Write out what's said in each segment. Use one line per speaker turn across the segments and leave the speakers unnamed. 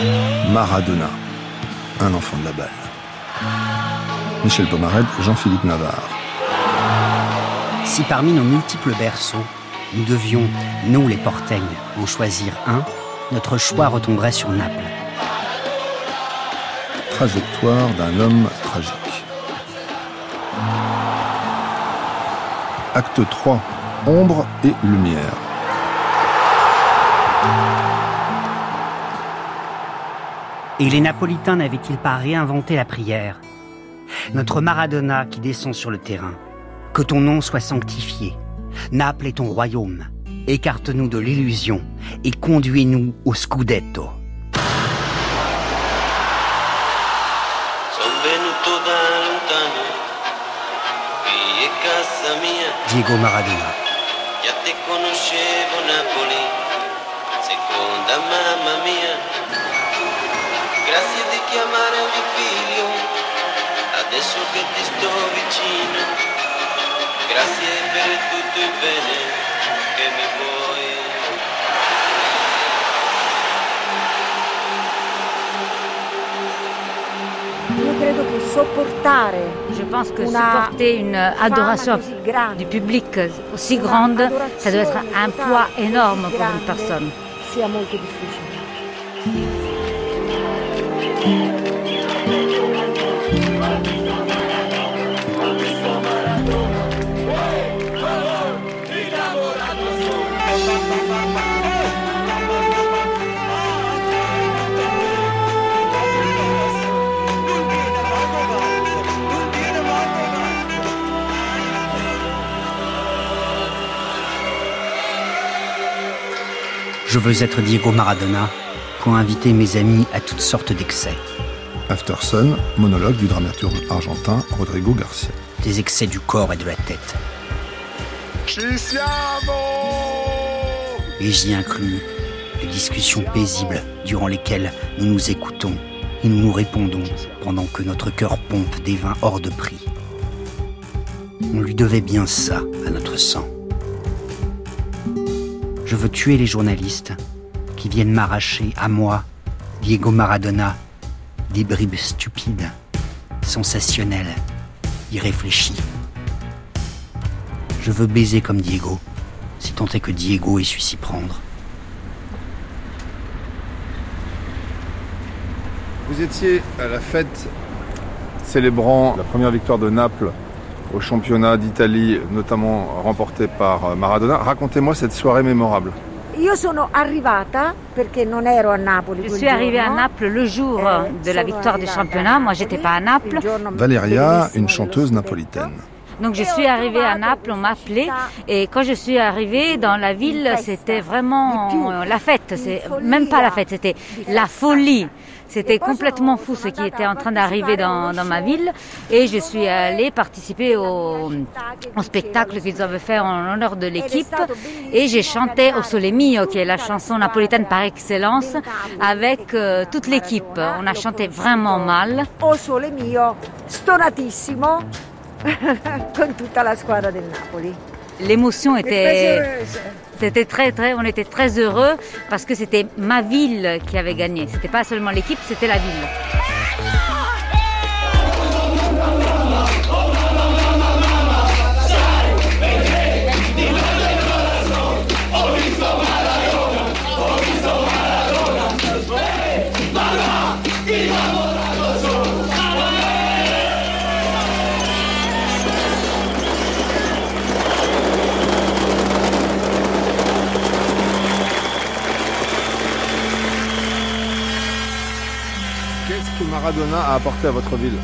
Maradona, un enfant de la balle. Michel Pomarède, Jean-Philippe Navarre.
Si parmi nos multiples berceaux, nous devions, nous les Porteignes, en choisir un, notre choix retomberait sur Naples.
Trajectoire d'un homme tragique. Acte 3. Ombre et lumière.
Et les Napolitains n'avaient-ils pas réinventé la prière ? Notre Maradona qui descend sur le terrain. Que ton nom soit sanctifié. Naples est ton royaume. Écarte-nous de l'illusion et conduis-nous au Scudetto. Diego Maradona.
Grazie di chiamare mio figlio, adesso che ti sto vicino. Grazie per tutto il bene che mi vuoi.
Je pense que supporter une adoration du public aussi grande, ça doit être un poids énorme pour une personne.
Sia molto difficile.
Je veux être Diego Maradona, qu'ont invité mes amis à toutes sortes d'excès.
After Sun, monologue du dramaturge argentin Rodrigo Garcia.
Des excès du corps et de la tête. Et j'y inclus les discussions paisibles durant lesquelles nous nous écoutons et nous nous répondons pendant que notre cœur pompe des vins hors de prix. On lui devait bien ça à notre sang. Je veux tuer les journalistes qui viennent m'arracher à moi, Diego Maradona, des bribes stupides, sensationnelles, irréfléchies. Je veux baiser comme Diego, si tant est que Diego ait su s'y prendre.
Vous étiez à la fête célébrant la première victoire de Naples au championnat d'Italie, notamment remporté par Maradona. Racontez-moi cette soirée mémorable.
Je suis
arrivée à Naples le jour de la victoire du championnat. Moi, j'étais pas à Naples.
Valéria, une chanteuse napolitaine.
Donc je suis arrivée à Naples, on m'a appelée et quand je suis arrivée dans la ville, c'était vraiment la fête. C'est même pas la fête, c'était la folie. C'était complètement fou ce qui était en train d'arriver dans ma ville et je suis allée participer au spectacle qu'ils avaient fait en l'honneur de l'équipe et j'ai chanté O Sole Mio, qui est la chanson napolitaine par excellence, avec toute l'équipe. On a chanté vraiment mal.
O Sole Mio, stonatissimo, con tutta la squadra del Napoli.
L'émotion était on était très heureux parce que c'était ma ville qui avait gagné. C'était pas seulement l'équipe, c'était la ville.
Qu'est-ce que Maradona a apporté à votre ville?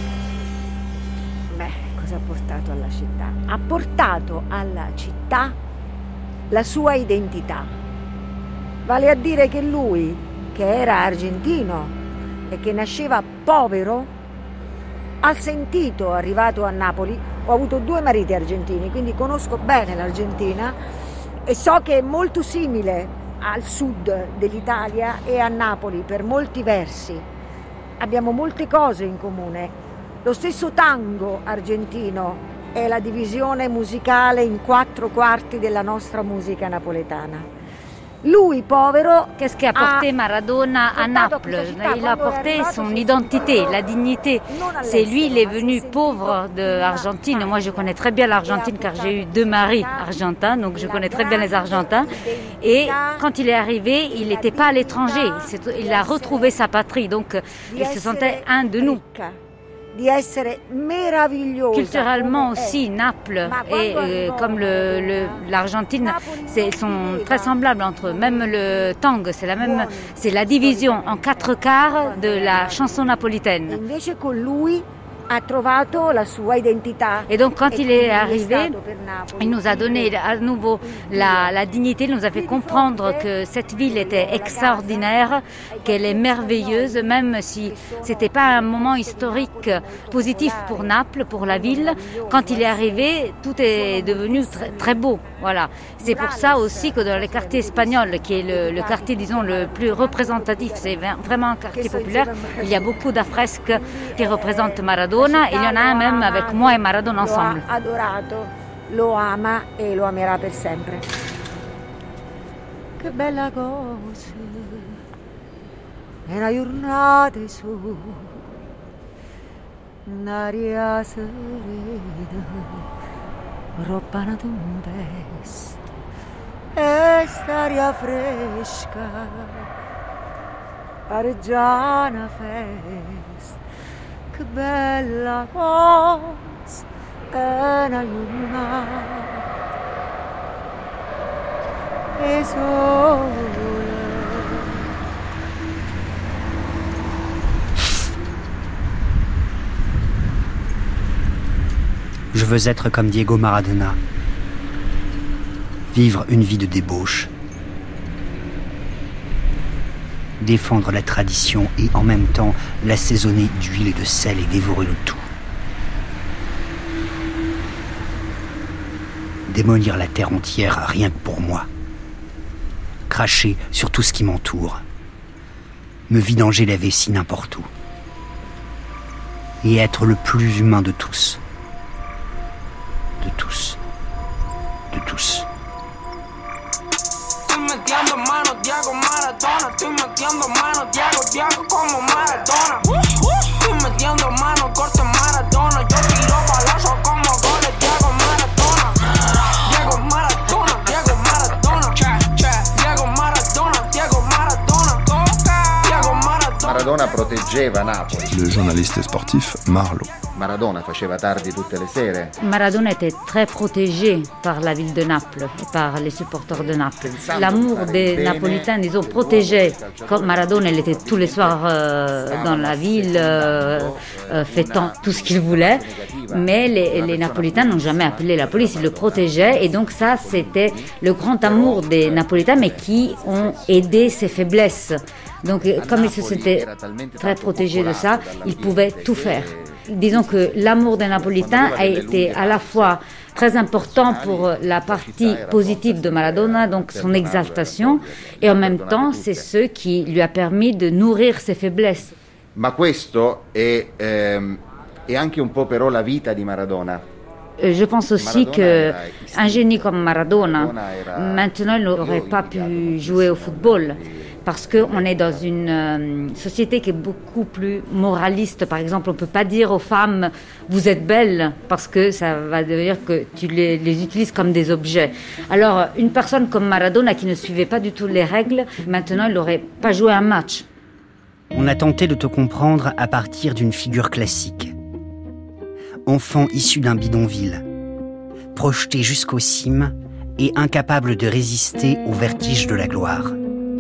Cosa ha portato alla città? Ha portato alla città la sua identità. Vale a dire che lui, che era argentino e che nasceva povero, ha sentito, arrivato a Napoli, ho avuto 2 mariti argentini, quindi conosco bene l'Argentina e so che è molto simile al sud dell'Italia e a Napoli per molti versi. Abbiamo molte cose in comune. Lo stesso tango argentino è la divisione musicale in 4 quarti della nostra musica napoletana. Lui, povero,
Qu'est-ce qu'a apporté Maradona à Naples? Il a apporté son identité, la dignité. C'est lui, il est venu pauvre d'Argentine. Moi, je connais très bien l'Argentine car j'ai eu 2 maris argentins, donc je connais très bien les Argentins. Et quand il est arrivé, il n'était pas à l'étranger. Il a retrouvé sa patrie, donc il se sentait un de nous. Culturellement aussi, Naples et comme l'Argentine, sont très semblables entre eux. Même le tango, c'est la division en 4 quarts de la chanson napolitaine. Et donc quand il est arrivé, il nous a donné à nouveau la dignité, il nous a fait comprendre que cette ville était extraordinaire, qu'elle est merveilleuse, même si c'était pas un moment historique positif pour Naples, pour la ville. Quand il est arrivé, tout est devenu très, très beau. Voilà. C'est pour ça aussi que dans les quartiers espagnols, qui est le quartier, disons, le plus représentatif, c'est vraiment un quartier populaire, il y a beaucoup d'affresques qui représentent Maradona. Il y en a un même avec moi et Maradona ensemble.
Lo ama e lo amerà per sempre. Che bella cosa, è una giornata su, un'aria serena, roba una tempesta, e st'aria fresca, pareggia una festa. Che bella cosa è una luna e sole.
Je veux être comme Diego Maradona, vivre une vie de débauche, défendre la tradition et en même temps l'assaisonner d'huile et de sel et dévorer le tout. Démolir la terre entière rien que pour moi. Cracher sur tout ce qui m'entoure. Me vidanger la vessie n'importe où. Et être le plus humain de tous. De tous. De tous.
Metiendo mano, Diego Maradona. Estoy metiendo mano, Diego como Maradona. Estoy metiendo mano, corte Maradona. Yo tiro balazo como goles, Diego Maradona. Diego Maradona, Diego Maradona. Diego Maradona, Diego Maradona. Diego Maradona.
Maradona proteggeva Napoli.
Le journaliste sportif Marlo.
Maradona faceva tardi tutte le sere.
Maradona était très protégé par la ville de Naples et par les supporters de Naples. L'amour des Napolitains, disons, protégeait. Quand Maradona, il était tous les soirs dans la ville, fêtant tout ce qu'il voulait. Mais les Napolitains n'ont jamais appelé la police, ils le protégeaient. Et donc ça, c'était le grand amour des Napolitains, mais qui ont aidé ses faiblesses. Donc comme ils se sentaient très protégés de ça, ils pouvaient tout faire. Disons que l'amour des Napolitains a été à la fois très important pour la partie positive de Maradona, donc son exaltation, et en même temps, c'est ce qui lui a permis de nourrir ses faiblesses.
Ma questo è anche un po' però la vita di Maradona.
Je pense aussi qu'un génie comme Maradona, maintenant, il n'aurait pas pu jouer au football. Parce qu'on est dans une société qui est beaucoup plus moraliste. Par exemple, on ne peut pas dire aux femmes « vous êtes belles » parce que ça va dire que tu les utilises comme des objets. Alors, une personne comme Maradona qui ne suivait pas du tout les règles, maintenant, il n'aurait pas joué un match.
On a tenté de te comprendre à partir d'une figure classique. Enfant issu d'un bidonville, projeté jusqu'aux cimes et incapable de résister au vertige de la gloire.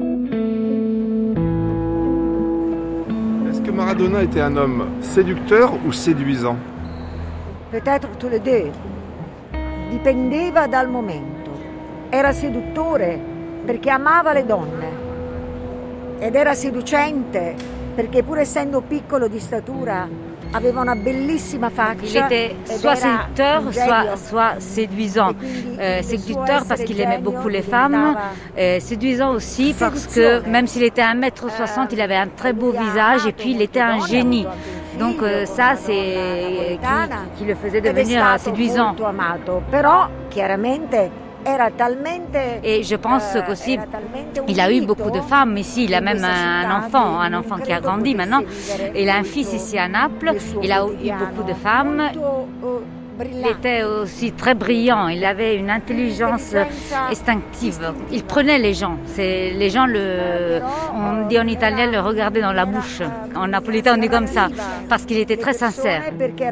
Est-ce que Maradona était un homme séducteur ou séduisant?
Peut-être tous les deux. Dipendeva dal momento. Era seduttore perché amava le donne. Ed era seducente perché pur essendo piccolo di statura aveva una bellissima faccia.
Il était soit séducteur, soit séduisant. Séducteur parce qu'il aimait beaucoup les femmes, séduisant aussi parce que même s'il était 1m60, il avait un très beau visage et puis il était un génie. Donc ça, c'est qui le faisait devenir séduisant.
Amato, però chiaramente
Et je pense qu'aussi, il a eu beaucoup de femmes ici. Il a même un enfant qui a grandi maintenant. Il a un fils ici à Naples. Il a eu beaucoup de femmes. Il était aussi très brillant. Il avait une intelligence instinctive. Il prenait les gens. Les gens, on dit en italien, le regardaient dans la bouche. En napolitain, on dit comme ça. Parce qu'il était très sincère.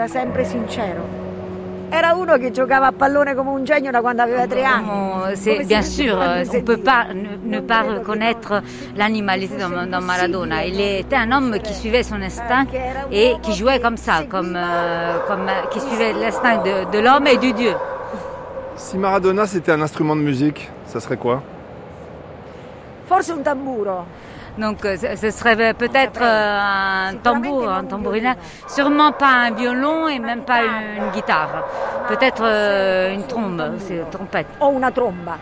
Era uno che giocava a pallone come un genio da quando aveva 3 anni.
Bien sûr, on ne peut pas ne pas reconnaître l'animalité dans Maradona. Il était un homme qui suivait son instinct et qui jouait comme ça, qui suivait l'instinct de l'homme et du Dieu.
Si Maradona c'était un instrument de musique, ça serait quoi?
Forse un tamburo.
Donc ce serait peut-être un tambour, un tambourina, sûrement pas un violon et même pas une guitare, peut-être une trombe, c'est une trompette.
O una tromba.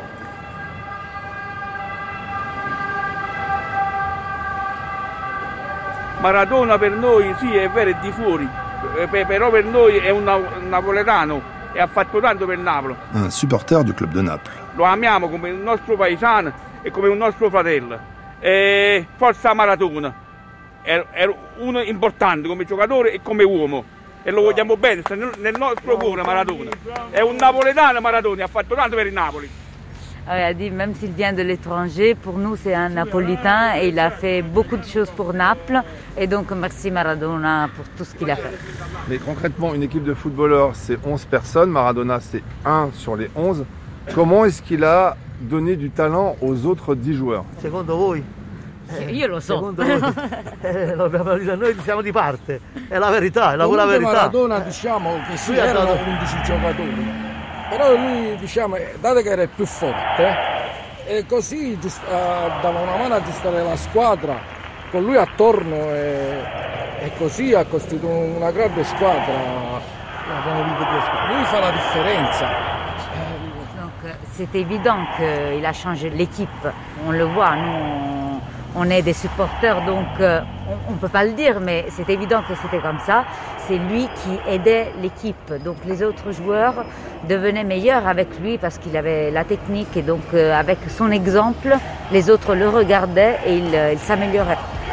Maradona per noi sì è vero è di fuori, però per noi è un napoletano e ha fatto tanto per Napoli.
Un supporter du club de Naples.
Lo amiamo come un nostro paesano e come un nostro fratello. Forza Maradona, era uno importante come giocatore e come uomo e lo vogliamo bene, sta nel nostro cuore Maradona, è un napoletano Maradona, ha fatto tanto per il Napoli.
Il a dit même s'il vient de l'étranger, pour nous c'est un napolitain et il a fait beaucoup de choses pour Naples et donc merci Maradona pour tout ce qu'il a fait.
Mais concrètement, une équipe de footballeurs c'est 11 personnes, Maradona c'est 1 sur les 11. Comment est-ce qu'il a donner du talent aux autres 10 joueurs?
Secondo voi?
Io lo so.
Secondo voi? Noi siamo di parte, è la verità, è la pura verità.
Maradona diciamo che sì, erano 11 giocatori, però lui diciamo, dato che era il più forte, e così dava una mano a gestire la squadra, con lui attorno e così ha costruito una grande squadra. Lui fa la differenza.
C'est évident qu'il a changé l'équipe. On le voit, nous, on est des supporters, donc on ne peut pas le dire, mais c'est évident que c'était comme ça. C'est lui qui aidait l'équipe. Donc les autres joueurs devenaient meilleurs avec lui parce qu'il avait la technique. Et donc avec son exemple, les autres le regardaient et il s'améliorait.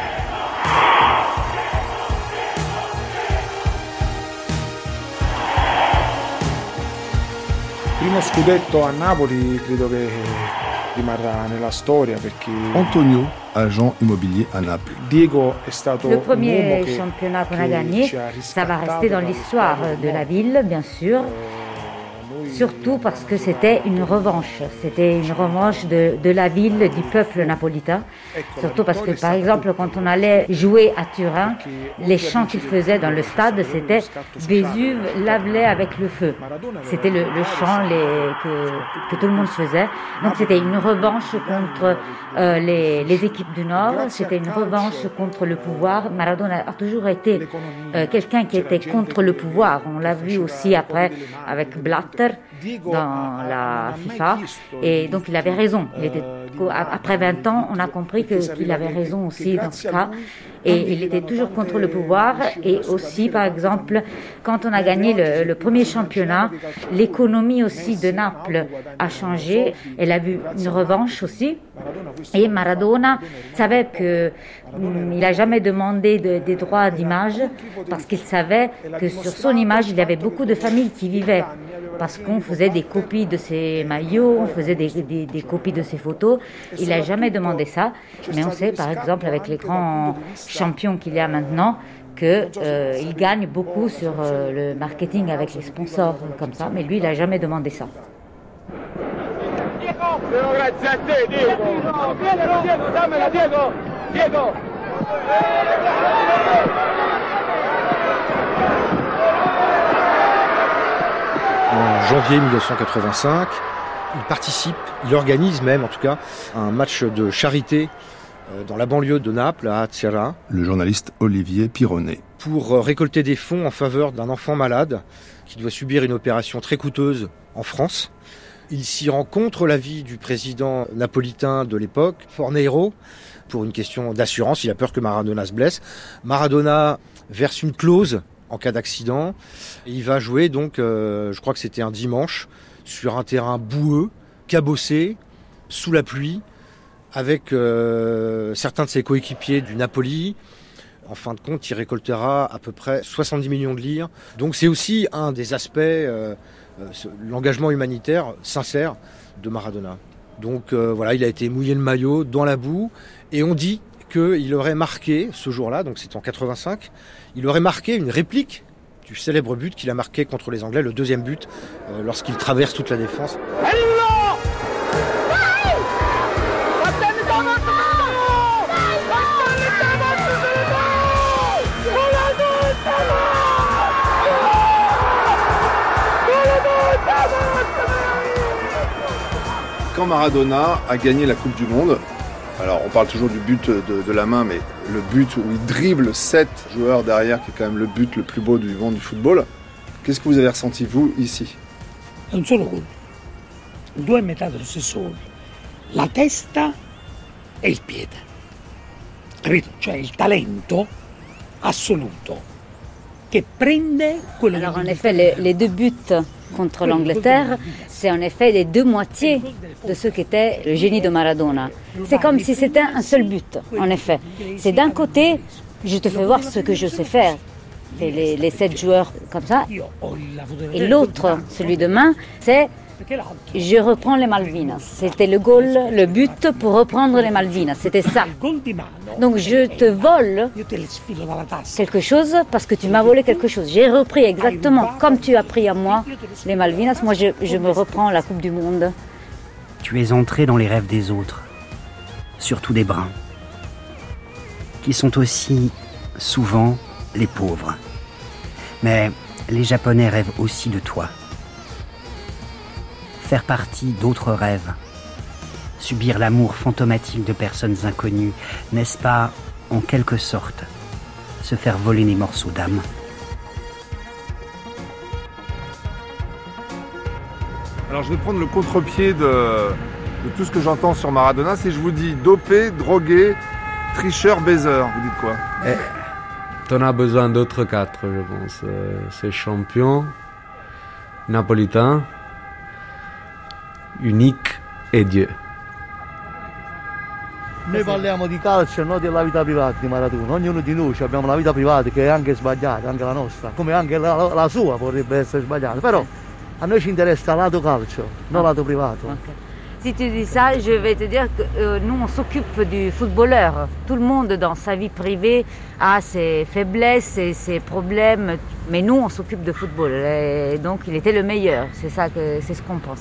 Primo scudetto a Napoli credo che rimarrà nella storia perché
Antonio, agent immobilier à Naples.
Diego è stato
le premier championnat qu'on a gagné, ça va rester dans l'histoire de la ville, bien sûr. Surtout parce que c'était une revanche de la ville, du peuple napolitain. Surtout parce que, par exemple, quand on allait jouer à Turin, les chants qu'ils faisaient dans le stade, c'était « Vésuve, lave-les avec le feu ». C'était le chant que tout le monde faisait. Donc c'était une revanche contre les équipes du Nord, c'était une revanche contre le pouvoir. Maradona a toujours été quelqu'un qui était contre le pouvoir. On l'a vu aussi après avec Blatter dans la FIFA, et donc il avait raison. Après 20 ans, on a compris qu'il avait raison aussi dans ce cas, et il était toujours contre le pouvoir. Et aussi, par exemple, quand on a gagné le premier championnat, l'économie aussi de Naples a changé. Elle a vu une revanche aussi, et Maradona savait qu'il n'a jamais demandé des droits d'image parce qu'il savait que sur son image, il y avait beaucoup de familles qui vivaient. Parce qu'on faisait des copies de ses maillots, on faisait des copies de ses photos. Il n'a jamais demandé ça. Mais on sait, par exemple, avec les grands champions qu'il y a maintenant, qu'il gagne beaucoup sur le marketing avec les sponsors comme ça. Mais lui, il n'a jamais demandé ça.
Grazie a te, Diego. Diego, dammela, Diego. Diego.
En janvier 1985, il participe, il organise même en tout cas un match de charité dans la banlieue de Naples, à Azzera.
Le journaliste Olivier Pironnet.
Pour récolter des fonds en faveur d'un enfant malade qui doit subir une opération très coûteuse en France. Il s'y rend contre l'avis du président napolitain de l'époque, Fornero, pour une question d'assurance. Il a peur que Maradona se blesse. Maradona verse une clause en cas d'accident. Il va jouer donc, je crois que c'était un dimanche, sur un terrain boueux, cabossé, sous la pluie, avec certains de ses coéquipiers du Napoli. En fin de compte, il récoltera à peu près 70 millions de lire. Donc c'est aussi un des aspects, l'engagement humanitaire sincère de Maradona. Donc voilà, il a été mouillé le maillot dans la boue et on dit qu'il aurait marqué ce jour-là, donc c'est en 85, il aurait marqué une réplique du célèbre but qu'il a marqué contre les Anglais, le deuxième but, lorsqu'il traverse toute la défense.
Quand Maradona a gagné la Coupe du Monde, alors on parle toujours du but de la main, mais le but où il dribble 7 joueurs derrière, qui est quand même le but le plus beau du monde du football, qu'est-ce que vous avez ressenti, vous, ici?
È un solo gol, due metà dello stesso gol, la testa e il piede, capito? Cioè il talento assoluto che prende quello.
Alors en effet, les deux buts contre l'Angleterre, c'est en effet les deux moitiés de ce qu'était le génie de Maradona. C'est comme si c'était un seul but, en effet. C'est d'un côté, je te fais voir ce que je sais faire, les 7 joueurs comme ça, et l'autre, celui de main, c'est je reprends les Malvinas. C'était le goal, le but pour reprendre les Malvinas, c'était ça. Donc je te vole quelque chose parce que tu m'as volé quelque chose. J'ai repris exactement comme tu as pris à moi les Malvinas. Moi je me reprends la Coupe du Monde.
Tu es entré dans les rêves des autres, surtout des bruns, qui sont aussi souvent les pauvres. Mais les Japonais rêvent aussi de toi. Faire partie d'autres rêves, subir l'amour fantomatique de personnes inconnues, n'est-ce pas, en quelque sorte, se faire voler des morceaux d'âme?
Alors je vais prendre le contre-pied de tout ce que j'entends sur Maradona. Si je vous dis dopé, drogué, tricheur, baiser, vous dites quoi?
On a besoin d'autres 4, je pense. C'est champion, napolitain, unique e Dio.
Noi parliamo di calcio e non della vita privata di Maradona. Ognuno di noi abbiamo una vita privata che è anche sbagliata, anche la nostra, come anche la sua potrebbe essere sbagliata. Però a noi ci interessa lato calcio, non lato privato.
Okay. Si tu dis ça, je vais te dire que nous on s'occupe du footballeur. Tout le monde dans sa vie privée a ses faiblesses et ses problèmes, mais nous on s'occupe de football. Et donc il était le meilleur, c'est ce qu'on pense.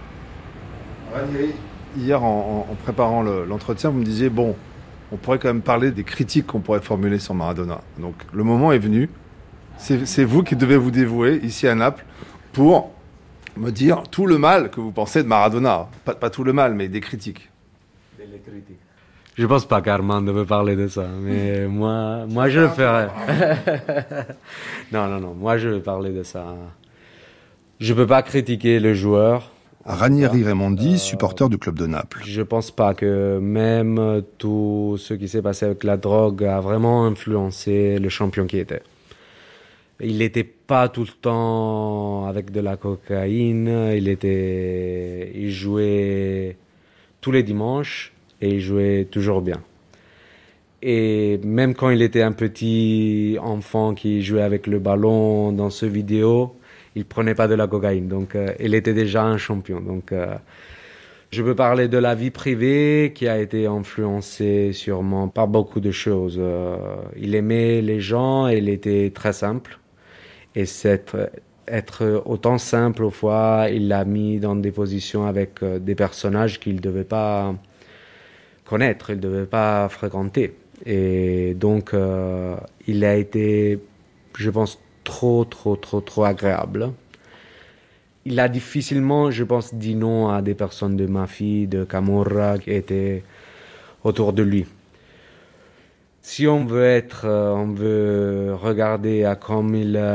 Hier, en préparant l'entretien, vous me disiez, bon, on pourrait quand même parler des critiques qu'on pourrait formuler sur Maradona. Donc le moment est venu, c'est vous qui devez vous dévouer ici à Naples pour me dire tout le mal que vous pensez de Maradona. Pas tout le mal, mais des critiques.
Je pense pas qu'Armando veut parler de ça, mais moi je le ferai. Non, moi je vais parler de ça. Je peux pas critiquer le joueur.
Ranieri Raimondi, supporter du club de Naples.
Je pense pas que même tout ce qui s'est passé avec la drogue a vraiment influencé le champion qui était. Il n'était pas tout le temps avec de la cocaïne, il jouait tous les dimanches et il jouait toujours bien. Et même quand il était un petit enfant qui jouait avec le ballon dans ce vidéo, il prenait pas de la cocaïne, donc il était déjà un champion. Donc je peux parler de la vie privée qui a été influencée sûrement par beaucoup de choses. Il aimait les gens et il était très simple. Et être autant simple, au fois, il l'a mis dans des positions avec des personnages qu'il ne devait pas connaître, il ne devait pas fréquenter. Et donc, il a été, je pense, trop agréable. Il a difficilement, je pense, dit non à des personnes de mafia, de Camorra qui étaient autour de lui. Si on veut regarder à comme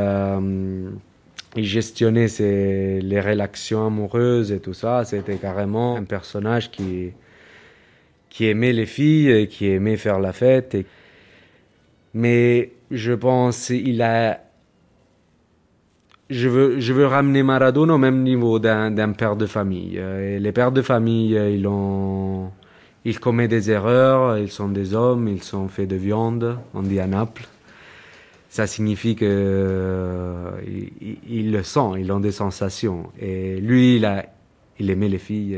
il gestionnait les relations amoureuses et tout ça, c'était carrément un personnage qui aimait les filles et qui aimait faire la fête. Mais je pense qu'il a je veux ramener Maradona au même niveau d'un père de famille. Et les pères de famille, ils commettent des erreurs, ils sont des hommes, ils sont faits de viande, on dit à Naples. Ça signifie qu'ils le sentent, ils ont des sensations. Et lui, il aimait les filles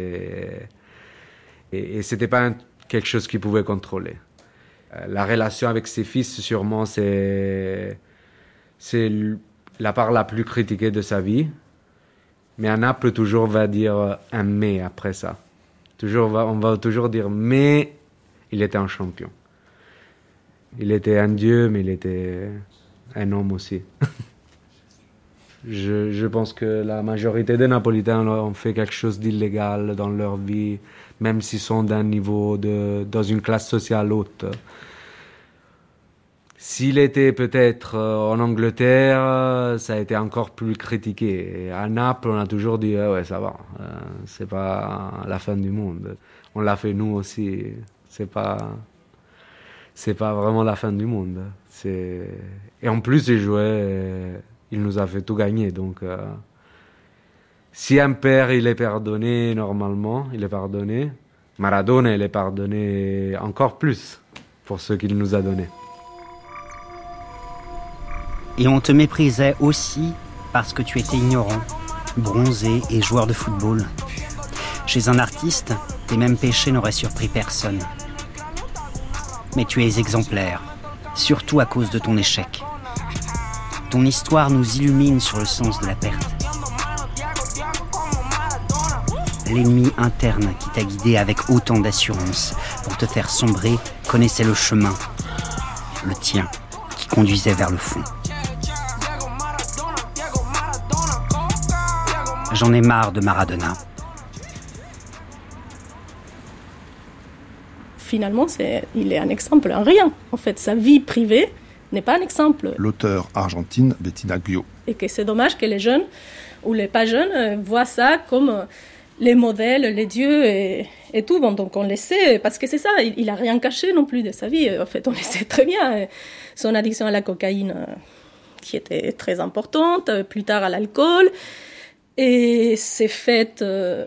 et c'était pas quelque chose qu'il pouvait contrôler. La relation avec ses fils, sûrement, c'est la part la plus critiquée de sa vie. Mais à Naples, toujours va dire un mais après ça. On va toujours dire mais il était un champion. Il était un dieu, mais il était un homme aussi. Je pense que la majorité des Napolitains ont fait quelque chose d'illégal dans leur vie, même s'ils sont d'un niveau dans une classe sociale haute. S'il était peut-être en Angleterre, ça a été encore plus critiqué. Et à Naples, on a toujours dit ouais, ça va, c'est pas la fin du monde. On l'a fait nous aussi. C'est pas vraiment la fin du monde. Et en plus, il jouait, il nous a fait tout gagner. Donc, si un père il est pardonné normalement, il est pardonné. Maradona, il est pardonné encore plus pour ce qu'il nous a donné.
Et on te méprisait aussi parce que tu étais ignorant, bronzé et joueur de football. Chez un artiste, tes mêmes péchés n'auraient surpris personne. Mais tu es exemplaire, surtout à cause de ton échec. Ton histoire nous illumine sur le sens de la perte. L'ennemi interne qui t'a guidé avec autant d'assurance pour te faire sombrer connaissait le chemin, le tien, qui conduisait vers le fond. J'en ai marre de Maradona.
Finalement, il est un exemple, un rien. En fait, sa vie privée n'est pas un exemple.
L'auteure argentine Bettina Guio.
Et que c'est dommage que les jeunes ou les pas jeunes voient ça comme les modèles, les dieux et tout. Bon, donc on le sait, parce que c'est ça, il n'a rien caché non plus de sa vie. En fait, on le sait très bien. Son addiction à la cocaïne, qui était très importante, plus tard à l'alcool. Et ses fêtes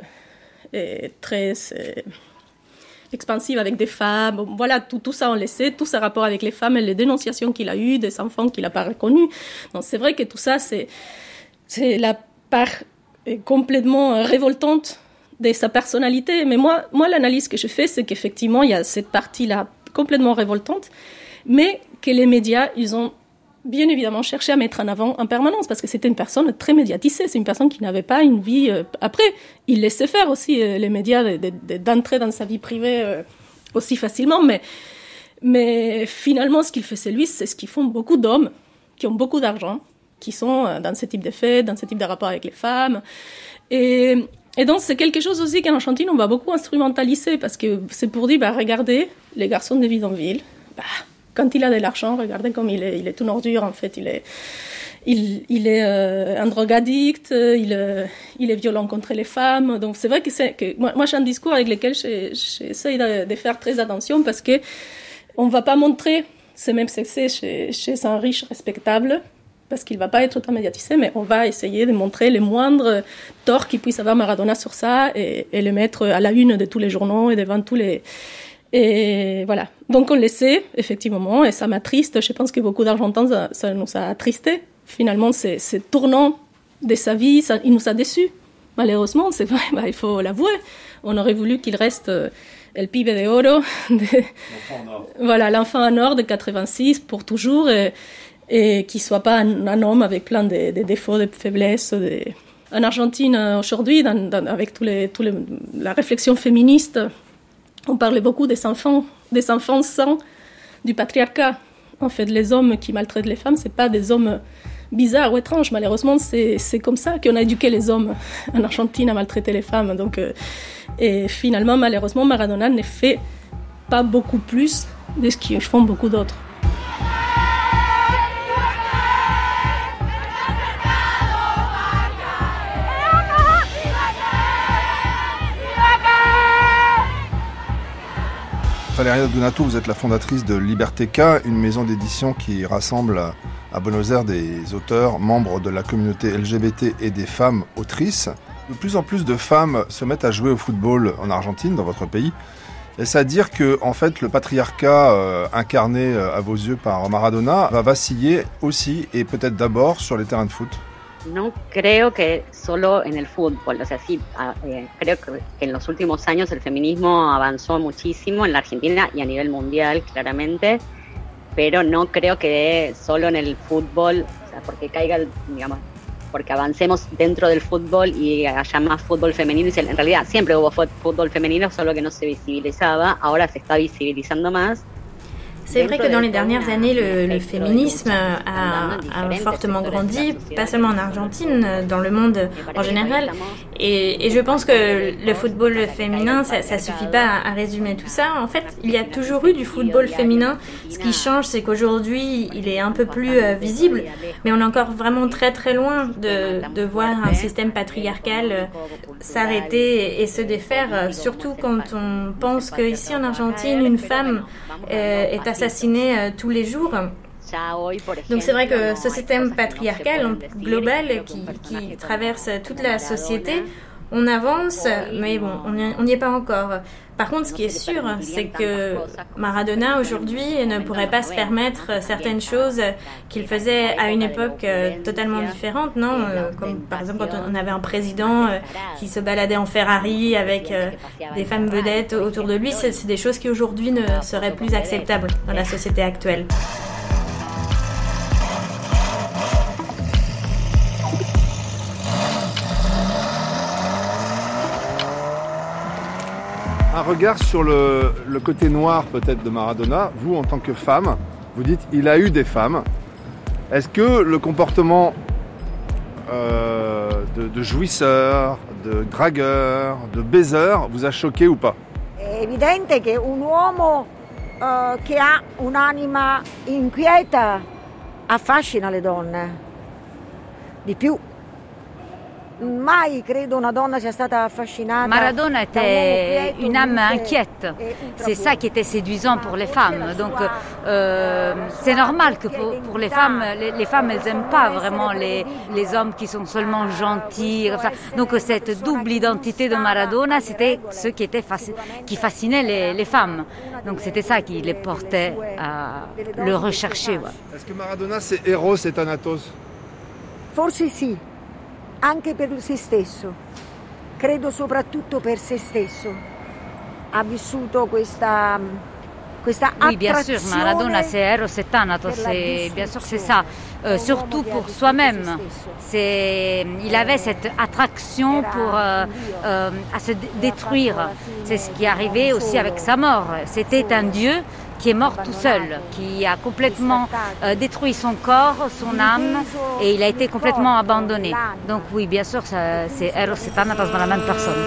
très expansives avec des femmes. Voilà, tout ça on le sait, tout ce rapport avec les femmes et les dénonciations qu'il a eues, des enfants qu'il n'a pas reconnus. Donc c'est vrai que tout ça, c'est la part complètement révoltante de sa personnalité. Mais moi l'analyse que je fais, c'est qu'effectivement, il y a cette partie-là complètement révoltante, mais que les médias, ils ont bien évidemment cherché à mettre en avant en permanence, parce que c'était une personne très médiatisée, c'est une personne qui n'avait pas une vie... Après, il laissait faire aussi les médias d'entrer dans sa vie privée aussi facilement, mais finalement, ce qu'il faisait lui, c'est ce qu'ils font beaucoup d'hommes qui ont beaucoup d'argent, qui sont dans ce type de fêtes, dans ce type de rapport avec les femmes. Et donc, c'est quelque chose aussi qu'en Argentine, on va beaucoup instrumentaliser, parce que c'est pour dire, regardez, les garçons de bidonville, quand il a de l'argent, regardez comme il est tout ordure, en fait. Il est un drogadicte, il est violent contre les femmes. Donc c'est vrai que moi j'ai un discours avec lequel j'essaie de faire très attention, parce que on va pas montrer ces mêmes excès chez un riche respectable, parce qu'il va pas être autant médiatisé, mais on va essayer de montrer les moindres torts qu'il puisse avoir Maradona sur ça et le mettre à la une de tous les journaux et devant tous les... Et voilà. Donc on le sait, effectivement, et ça m'attriste. Je pense que beaucoup d'Argentins, ça nous a attristés. Finalement, ce tournant de sa vie, il nous a déçus. Malheureusement, c'est vrai, il faut l'avouer. On aurait voulu qu'il reste el pibe de oro, l'enfant en or. Voilà, l'enfant en or de 86 pour toujours, et qu'il soit pas un homme avec plein de défauts, de faiblesses. En Argentine, aujourd'hui, avec la réflexion féministe, on parlait beaucoup des enfants sans du patriarcat. En fait, les hommes qui maltraitent les femmes, c'est pas des hommes bizarres ou étranges. Malheureusement, c'est comme ça qu'on a éduqué les hommes en Argentine à maltraiter les femmes. Donc, et finalement, malheureusement, Maradona ne fait pas beaucoup plus de ce qu'ils font beaucoup d'autres.
Valeria Donato, vous êtes la fondatrice de Liberté-K, une maison d'édition qui rassemble à Buenos Aires des auteurs membres de la communauté LGBT et des femmes autrices. De plus en plus de femmes se mettent à jouer au football en Argentine, dans votre pays. Est-ce à dire que, en fait, le patriarcat incarné à vos yeux par Maradona va vaciller aussi et peut-être d'abord sur les terrains de foot?
No creo que solo en el fútbol, o sea, sí, creo que en los últimos años el feminismo avanzó muchísimo en la Argentina y a nivel mundial, claramente, pero no creo que solo en el fútbol, o sea, porque caiga, digamos, porque avancemos dentro del fútbol y haya más fútbol femenino. En realidad siempre hubo fútbol femenino, solo que no se visibilizaba, ahora se está visibilizando más.
C'est vrai que dans les dernières années, le féminisme a fortement grandi, pas seulement en Argentine, dans le monde en général. Et je pense que le football féminin, ça suffit pas à résumer tout ça. En fait, il y a toujours eu du football féminin. Ce qui change, c'est qu'aujourd'hui, il est un peu plus visible, mais on est encore vraiment très très loin de voir un système patriarcal s'arrêter et se défaire, surtout quand on pense qu'ici en Argentine, une femme est assassinée tous les jours. Donc c'est vrai que ce système patriarcal global qui traverse toute la société, on avance, mais bon, on n'y est pas encore. Par contre, ce qui est sûr, c'est que Maradona aujourd'hui ne pourrait pas se permettre certaines choses qu'il faisait à une époque totalement différente, non ? Comme par exemple quand on avait un président qui se baladait en Ferrari avec des femmes vedettes autour de lui, c'est des choses qui aujourd'hui ne seraient plus acceptables dans la société actuelle.
Un regard sur le côté noir peut-être de Maradona. Vous, en tant que femme, vous dites il a eu des femmes. Est-ce que le comportement de jouisseur, de dragueur, de baiseur vous a choqué ou pas?
È evidente che un uomo che ha un'anima inquieta affascina le donne di più. Mai credo una donna sia stata affascinata.
Maradona était une âme inquiète. C'est ça qui était séduisant pour les femmes. Donc c'est normal que pour les femmes elles n'aiment pas vraiment les hommes qui sont seulement gentils. Donc cette double identité de Maradona, c'était ce qui fascinait les femmes. Donc c'était ça qui les portait à le rechercher. Ouais.
Est-ce que Maradona c'est Eros et Thanatos?
Forse sì. Anche per se stesso, credo soprattutto per se stesso. Ha vissuto questa
Oui, bien sûr, Maradona c'est Eros et Thanatos, bien sûr c'est ça, surtout pour soi-même. Il avait cette attraction à se détruire. C'est ce qui est arrivé aussi avec sa mort. C'était un dieu qui est mort tout seul, qui a complètement détruit son corps, son âme, et il a été complètement abandonné. Donc oui, bien sûr, c'est Eros et Thanatos dans la même personne.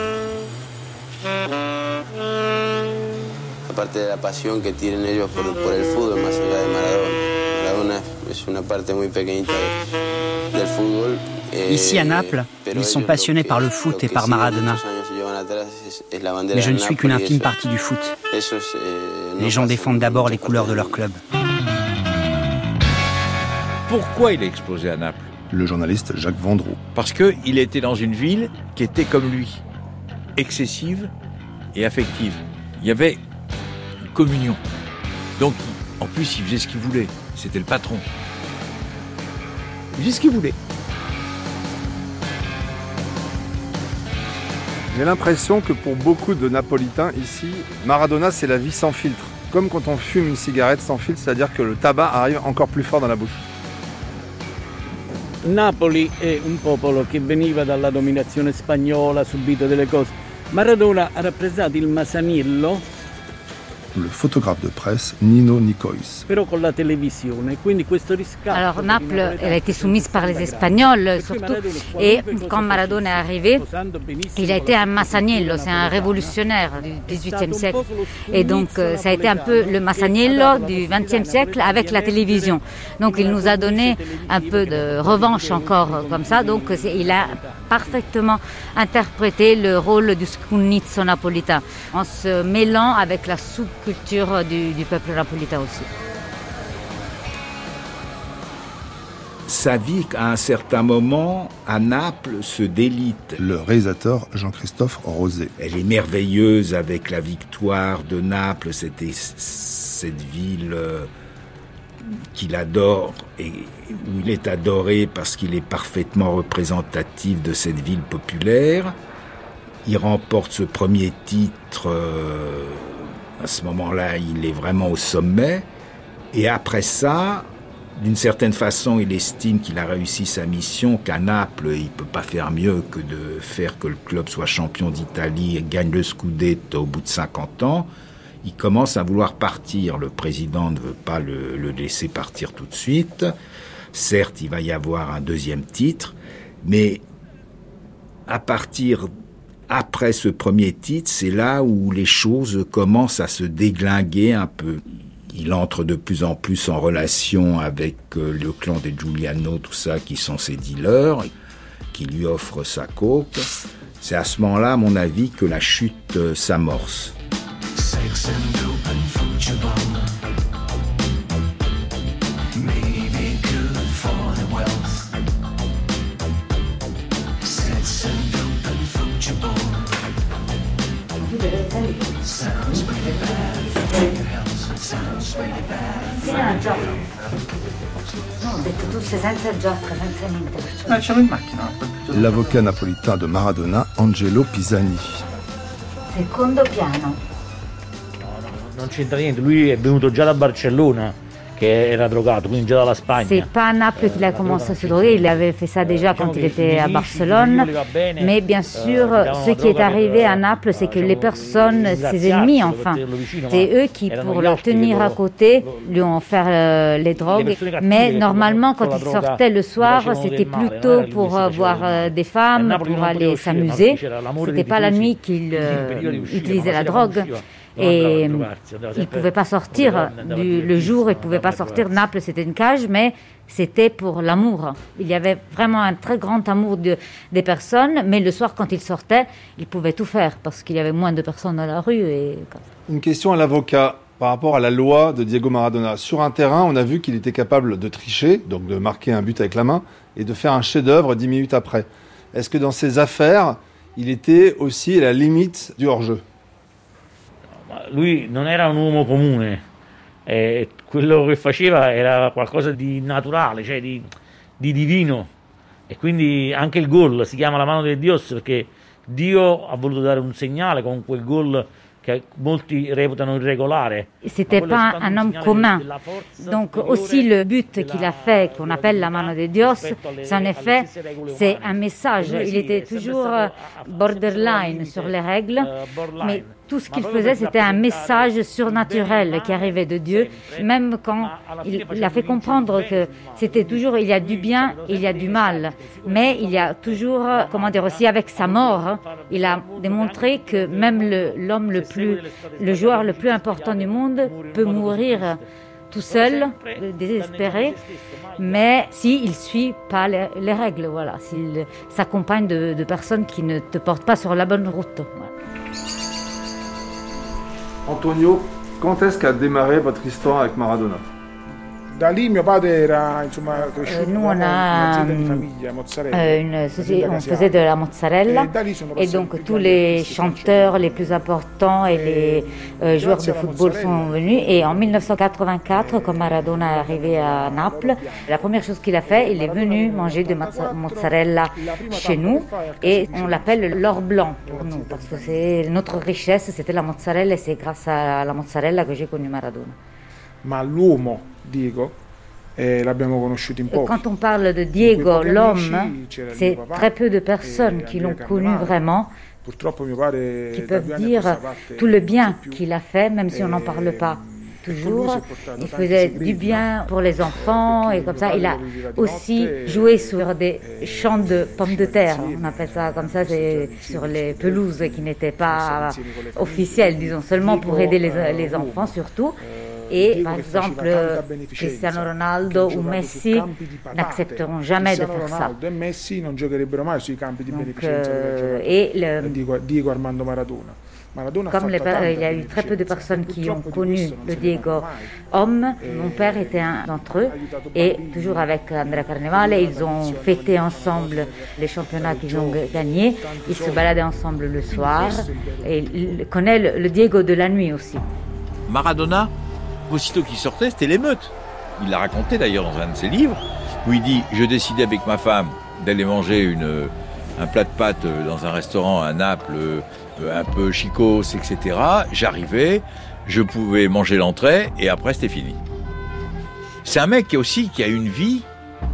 Aparte de la pasión que tienen ellos por el fútbol, más allá de Maradona. Maradona es una parte muy pequeñita del fútbol.
Ici à Naples, ils sont passionnés par le foot et par Maradona. Mais je ne suis qu'une infime partie du foot. Les gens défendent d'abord les couleurs de leur club.
Pourquoi il a explosé à Naples?
Le journaliste Jacques Vendroux.
Parce qu'il était dans une ville qui était comme lui, excessive et affective. Il y avait une communion. Donc, en plus, il faisait ce qu'il voulait. C'était le patron. Il faisait ce qu'il voulait.
J'ai l'impression que pour beaucoup de Napolitains ici, Maradona c'est la vie sans filtre. Comme quand on fume une cigarette sans filtre, c'est-à-dire que le tabac arrive encore plus fort dans la bouche.
Napoli è un popolo che veniva dalla dominazione spagnola, ha subito delle cose. Maradona ha rappresentato il Masaniello.
Le photographe de presse Nino Nicois.
Alors Naples, elle a été soumise par les Espagnols surtout, et quand Maradona est arrivé, il a été un Masaniello, c'est un révolutionnaire du XVIIIe siècle, et donc ça a été un peu le Masaniello du XXe siècle avec la télévision. Donc il nous a donné un peu de revanche encore comme ça, donc il a parfaitement interprété le rôle du scunnizzo napolitain, en se mêlant avec la sous-culture du peuple napolitain aussi.
Sa vie, à un certain moment, à Naples, se délite.
Le réalisateur Jean-Christophe Rosé.
Elle est merveilleuse avec la victoire de Naples. C'était cette ville qu'il adore et où il est adoré parce qu'il est parfaitement représentatif de cette ville populaire. Il remporte ce premier titre. À ce moment-là, il est vraiment au sommet. Et après ça, d'une certaine façon, il estime qu'il a réussi sa mission, qu'à Naples, il ne peut pas faire mieux que de faire que le club soit champion d'Italie et gagne le Scudetto au bout de 50 ans. Il commence à vouloir partir. Le président ne veut pas le laisser partir tout de suite. Certes, il va y avoir un deuxième titre, mais à partir après ce premier titre, c'est là où les choses commencent à se déglinguer un peu. Il entre de plus en plus en relation avec le clan des Giuliano, tout ça, qui sont ses dealers, qui lui offrent sa coke. C'est à ce moment-là, à mon avis, que la chute s'amorce. Sex and dope and football, maybe good for the wealth. Sex and dope and football, sounds pretty bad for your health, sounds pretty bad for your health.
No, ho detto tu sei senza giacca, senza niente.
Ce l'ho in macchina. L'avocat napolitain de Maradona, Angelo Pisani.
Secondo piano.
Non c'entra niente, lui è venuto già da Barcellona, che era drogato, quindi già dalla Spagna.
C'est pas à Naples qu'il a commencé à se droguer, il avait fait ça déjà quand il était à Barcelone. Mais bien sûr, ce qui est arrivé à Naples, c'est que les personnes, ses ennemis enfin, c'est eux qui, pour le tenir à côté, lui ont offert les drogues. Mais normalement, quand il sortait le soir, c'était plutôt pour voir des femmes, pour aller s'amuser. C'était pas la nuit qu'il utilisait la drogue. Et il ne pouvait pas sortir le jour, il ne pouvait pas sortir. Naples, c'était une cage, mais c'était pour l'amour. Il y avait vraiment un très grand amour des personnes, mais le soir, quand il sortait, il pouvait tout faire parce qu'il y avait moins de personnes dans la rue.
Une question à l'avocat par rapport à la loi de Diego Maradona. Sur un terrain, on a vu qu'il était capable de tricher, donc de marquer un but avec la main, et de faire un chef-d'œuvre 10 minutes après. Est-ce que dans ses affaires, il était aussi à la limite du hors-jeu?
Lui non era un uomo comune, quello che faceva era qualcosa di naturale, cioè di divino, e quindi anche il gol si chiama la mano di Dios perché Dio ha voluto dare un segnale con quel gol che molti reputano irregolare.
C'était pas un homme commun. Donc aussi le but qu'il a fait, qu'on appelle la mano de Dios, c'est en effet, c'est un message. Il était toujours borderline sur les règles, mais tout ce qu'il faisait, c'était un message surnaturel qui arrivait de Dieu, même quand il a fait comprendre que c'était toujours, il y a du bien et il y a du mal, mais il y a toujours, comment dire, aussi avec sa mort, il a démontré que même l'homme le joueur le plus important du monde peut mourir tout seul, désespéré, mais s'il ne suit pas les règles, voilà, s'il s'accompagne de personnes qui ne te portent pas sur la bonne route. Voilà.
Antonio, quand est-ce qu'a démarré votre histoire avec Maradona?
Da lì mio padre era insomma cresciuto in un'azienda di famiglia, mozzarella.
On faisait de la mozzarella et donc tous les chanteurs les plus importants et les joueurs de football sont venus. Et en 1984, quand Maradona est arrivé à Naples, la première chose qu'il a fait, il est venu manger de mozzarella chez nous et on l'appelle l'or blanc pour nous parce que c'est notre richesse, c'était la mozzarella et c'est grâce à la mozzarella que j'ai connu Maradona.
Ma l'uomo Diego l'abbiamo conosciuto in pochi.
Quand on parle de Diego, l'homme, c'est très peu de personnes qui l'ont connu vraiment, qui peuvent dire tout le bien qu'il a fait, même si on n'en parle pas toujours. Il faisait du bien pour les enfants et comme ça. Il a aussi joué sur des champs de pommes de terre, on appelle ça comme ça, c'est sur les pelouses qui n'étaient pas officielles, disons, seulement pour aider les enfants surtout. Et par exemple, Cristiano Ronaldo ou Messi n'accepteront jamais de faire ça.
Ronaldo e Messi non giocherebbero mai sui campi di beneficenza. Diego Armando Maradona.
Comme il y a eu très peu de personnes qui ont connu le Diego homme, mon père était un d'entre eux et toujours avec Andrea Carnevale, ils ont fêté ensemble les championnats qu'ils ont gagnés, ils se baladaient ensemble le soir et il connaît le Diego de la nuit aussi.
Maradona, aussitôt qu'il sortait, c'était l'émeute. Il l'a raconté d'ailleurs dans un de ses livres où il dit « Je décidais avec ma femme d'aller manger un plat de pâtes dans un restaurant à Naples, un peu chicos, etc. J'arrivais, je pouvais manger l'entrée et après c'était fini. » C'est un mec qui a une vie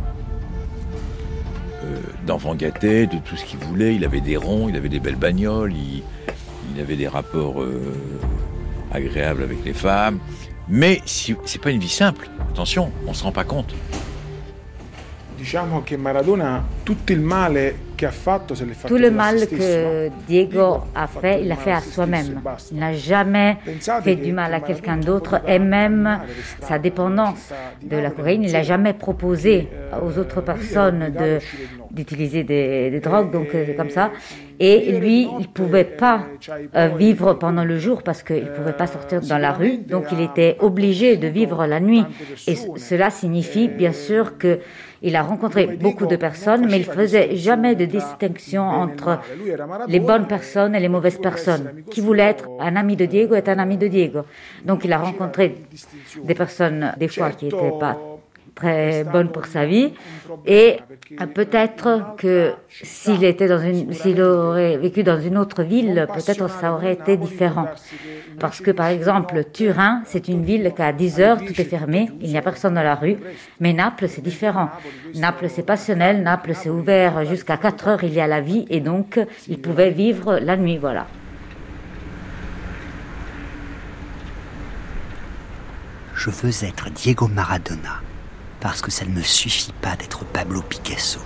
d'enfant gâté, de tout ce qu'il voulait. Il avait des ronds, il avait des belles bagnoles, il avait des rapports agréables avec les femmes. Mais c'est pas une vie simple. Attention, on se rend pas compte.
Diciamo che Maradona tutto il male che ha fatto se l'è fatto.
Tout le mal que Diego a fait, il l'a fait à soi-même. Il n'a jamais fait du mal à quelqu'un d'autre et même sa dépendance de la cocaïne, il n'a jamais proposé aux autres personnes d'utiliser des drogues, donc comme ça. Et lui, il ne pouvait pas vivre pendant le jour parce qu'il ne pouvait pas sortir dans la rue, donc il était obligé de vivre la nuit. Et cela signifie bien sûr que il a rencontré beaucoup de personnes, mais il ne faisait jamais de distinction entre les bonnes personnes et les mauvaises personnes. Qui voulait être un ami de Diego est un ami de Diego. Donc il a rencontré des personnes, des fois, qui n'étaient pas très bonnes pour sa vie. Et peut-être que s'il aurait vécu dans une autre ville, peut-être ça aurait été différent. Parce que, par exemple, Turin, c'est une ville qu'à 10 heures, tout est fermé, il n'y a personne dans la rue. Mais Naples, c'est différent. Naples, c'est passionnel. Naples, c'est ouvert jusqu'à 4 heures, il y a la vie. Et donc, il pouvait vivre la nuit, voilà.
Je veux être Diego Maradona, parce que ça ne me suffit pas d'être Pablo Picasso.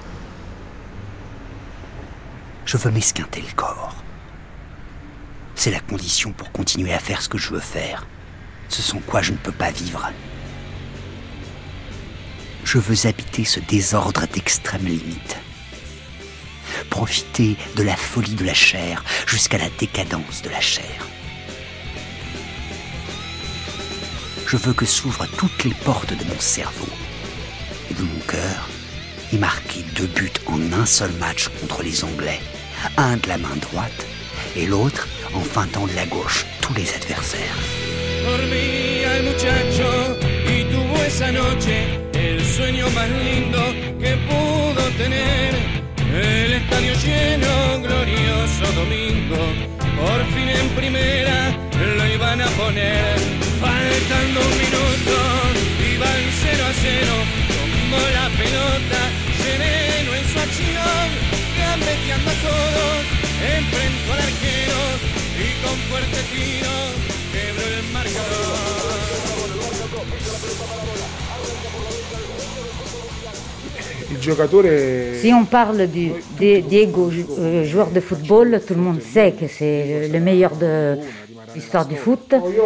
Je veux m'esquinter le corps. C'est la condition pour continuer à faire ce que je veux faire, ce sans quoi je ne peux pas vivre. Je veux habiter ce désordre d'extrême limite. Profiter de la folie de la chair jusqu'à la décadence de la chair. Je veux que s'ouvrent toutes les portes de mon cerveau et de mon cœur et marquer 2 buts en un seul match contre les Anglais, un de la main droite et l'autre en feintant de la gauche tous les adversaires.
Dormía el muchacho y tuvo esa noche el sueño más lindo que pudo tener. El estadio lleno, glorioso domingo, por fin en primera lo iban a poner. Faltando 1 minuto, iban 0-0, como la pelota, sereno en su acción, gambeteando a todos, enfrentó al arquero y con fuerte tiro quebró el marcador.
Si on parle du Diego, joueur de football, tout le monde sait que c'est le meilleur de l'histoire du foot.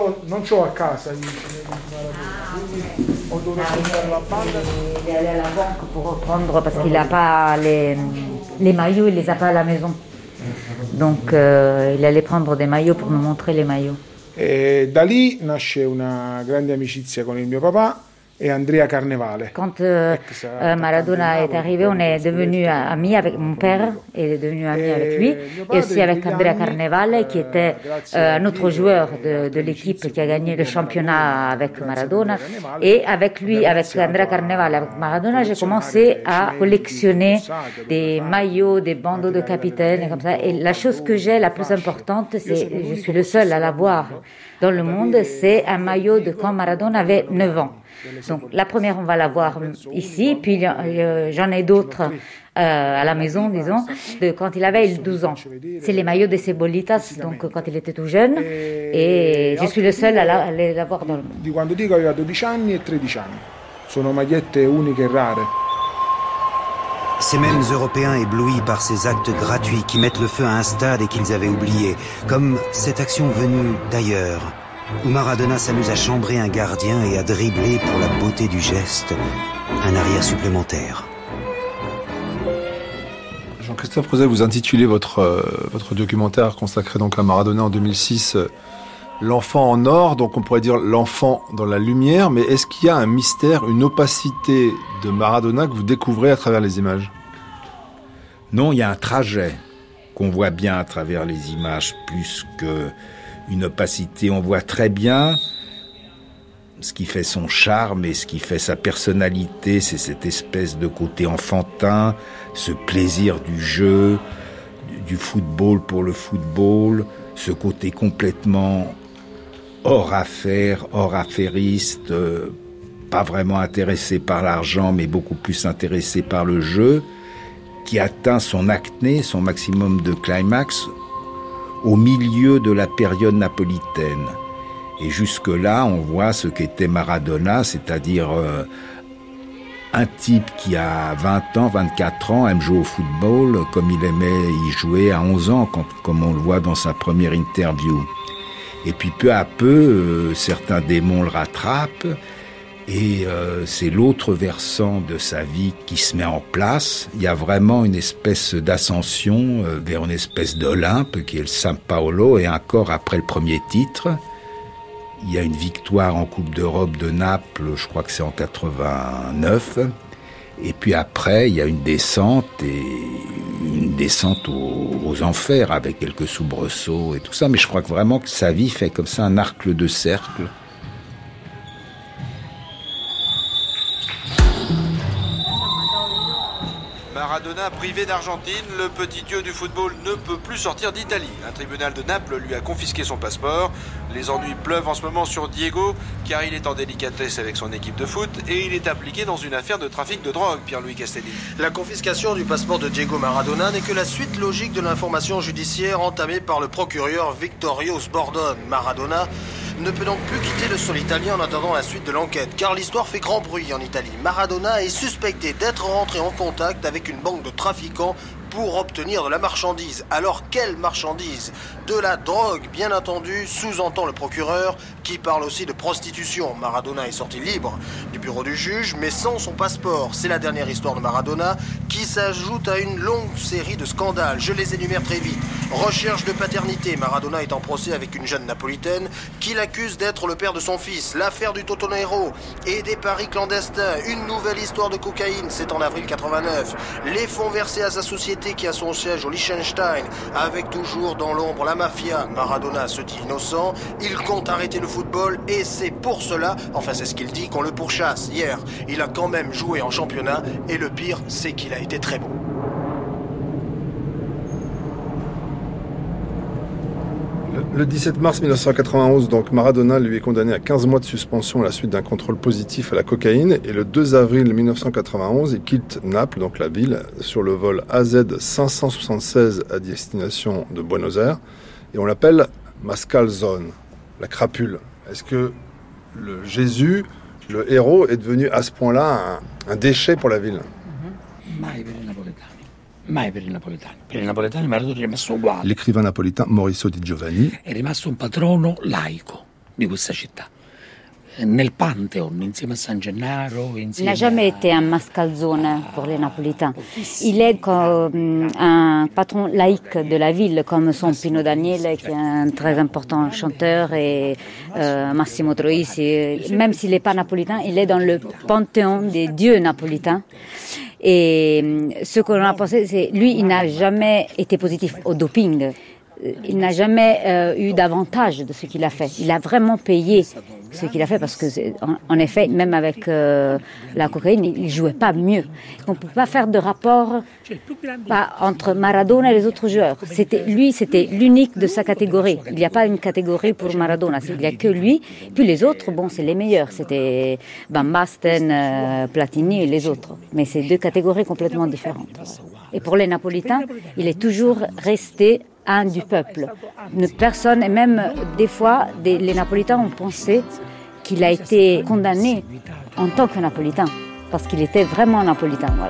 Il est allé à la banque pour reprendre parce qu'il n'a pas les maillots, il les a pas à la maison. Donc il allait prendre des maillots pour nous montrer les maillots.
E da lì nasce una grande amicizia con il mio papà et Andrea Carnevale.
Quand Maradona est arrivé, on est devenu amis avec mon père, et est devenu ami avec lui, et aussi avec Andrea Carnevale, qui était un autre joueur de l'équipe qui a gagné le championnat avec Maradona. Et avec lui, avec Andrea Carnevale, avec Maradona, j'ai commencé à collectionner des maillots, des bandeaux de capitaine, et comme ça. Et la chose que j'ai la plus importante, c'est, je suis le seul à l'avoir dans le monde, c'est un maillot de quand Maradona avait 9 ans. Donc la première, on va la voir ici, puis j'en ai d'autres à la maison, disons, de quand il avait 12 ans. C'est les maillots de Cebolitas, donc quand il était tout jeune, et je suis le seul à les avoir dans le monde.
Di quando Diego aveva 12 anni e 13 anni. Sono magliette uniche e rare.
Ces mêmes Européens éblouis par ces actes gratuits qui mettent le feu à un stade et qu'ils avaient oublié, comme cette action venue d'ailleurs,
où Maradona s'amuse à chambrer un gardien et à dribbler pour la beauté du geste un arrière supplémentaire.
Jean-Christophe Crozet, vous intitulez votre documentaire consacré donc à Maradona en 2006 L'enfant en or, donc on pourrait dire l'enfant dans la lumière, mais est-ce qu'il y a un mystère, une opacité de Maradona que vous découvrez à travers les images ?
Non, il y a un trajet qu'on voit bien à travers les images, plus qu'une opacité. On voit très bien ce qui fait son charme et ce qui fait sa personnalité, c'est cette espèce de côté enfantin, ce plaisir du jeu, du football pour le football, ce côté complètement hors affaires, hors affairiste, pas vraiment intéressé par l'argent, mais beaucoup plus intéressé par le jeu, qui atteint son acné, son maximum de climax, au milieu de la période napolitaine. Et jusque-là, on voit ce qu'était Maradona, c'est-à-dire un type qui a 20 ans, 24 ans, aime jouer au football comme il aimait y jouer à 11 ans, comme on le voit dans sa première interview. Et puis peu à peu, certains démons le rattrapent, et c'est l'autre versant de sa vie qui se met en place. Il y a vraiment une espèce d'ascension vers une espèce d'Olympe, qui est le San Paolo, et encore après le premier titre, il y a une victoire en Coupe d'Europe de Naples, je crois que c'est en 89. Et puis après, il y a une descente aux enfers avec quelques soubresauts et tout ça. Mais je crois que vraiment que sa vie fait comme ça un arc de cercle.
Maradona privé d'Argentine, le petit dieu du football ne peut plus sortir d'Italie. Un tribunal de Naples lui a confisqué son passeport. Les ennuis pleuvent en ce moment sur Diego, car il est en délicatesse avec son équipe de foot et il est impliqué dans une affaire de trafic de drogue, Pierre-Louis Castelli.
La confiscation du passeport de Diego Maradona n'est que la suite logique de l'information judiciaire entamée par le procureur Vittorio Sbordone. Maradona ne peut donc plus quitter le sol italien en attendant la suite de l'enquête, car l'histoire fait grand bruit en Italie. Maradona est suspecté d'être rentré en contact avec une banque de trafiquants pour obtenir de la marchandise. Alors quelle marchandise ? De la drogue, bien entendu, sous-entend le procureur, qui parle aussi de prostitution. Maradona est sorti libre du bureau du juge, mais sans son passeport. C'est la dernière histoire de Maradona, qui s'ajoute à une longue série de scandales. Je les énumère très vite. Recherche de paternité. Maradona est en procès avec une jeune napolitaine qui l'accuse d'être le père de son fils. L'affaire du Totonero et des paris clandestins. Une nouvelle histoire de cocaïne, c'est en avril 89. Les fonds versés à sa société qui a son siège au Liechtenstein, avec toujours dans l'ombre la mafia. Maradona se dit innocent, il compte arrêter le football et c'est pour cela, enfin c'est ce qu'il dit, qu'on le pourchasse. Hier, il a quand même joué en championnat et le pire, c'est qu'il a été très bon.
Le 17 mars 1991, donc Maradona lui est condamné à 15 mois de suspension à la suite d'un contrôle positif à la cocaïne. Et le 2 avril 1991, il quitte Naples, donc la ville, sur le vol AZ 576 à destination de Buenos Aires. Et on l'appelle Mascalzone, la crapule. Est-ce que le Jésus, le héros, est devenu à ce point-là un déchet pour la ville ?
Mai per i napoletani. Per i napoletani Maradona è rimasto uguale.
L'écrivain napolitain Maurizio Di Giovanni
È rimasto un patrono laico di questa città. Nel Pantheon, insieme a San Gennaro,
Il n'a jamais été un mascalzone pour les Napolitains. Il est comme un patron laïque de la ville, comme son Pino Daniele, qui est un très important chanteur, et Massimo Troisi. Même s'il n'est pas napolitain, il est dans le panthéon des dieux napolitains. Et ce qu'on a pensé, c'est lui, il n'a jamais été positif au doping. Il n'a jamais eu d'avantage de ce qu'il a fait. Il a vraiment payé ce qu'il a fait parce que, en effet, même avec la cocaïne, il jouait pas mieux. On ne peut pas faire de rapport entre Maradona et les autres joueurs. C'était l'unique de sa catégorie. Il n'y a pas une catégorie pour Maradona. Il n'y a que lui. Puis les autres, bon, c'est les meilleurs. C'était Van Basten, Platini et les autres. Mais c'est deux catégories complètement différentes. Et pour les Napolitains, il est toujours resté un du peuple. Personne, et même des fois, les Napolitains ont pensé qu'il a été condamné en tant que Napolitain, parce qu'il était vraiment Napolitain. Voilà.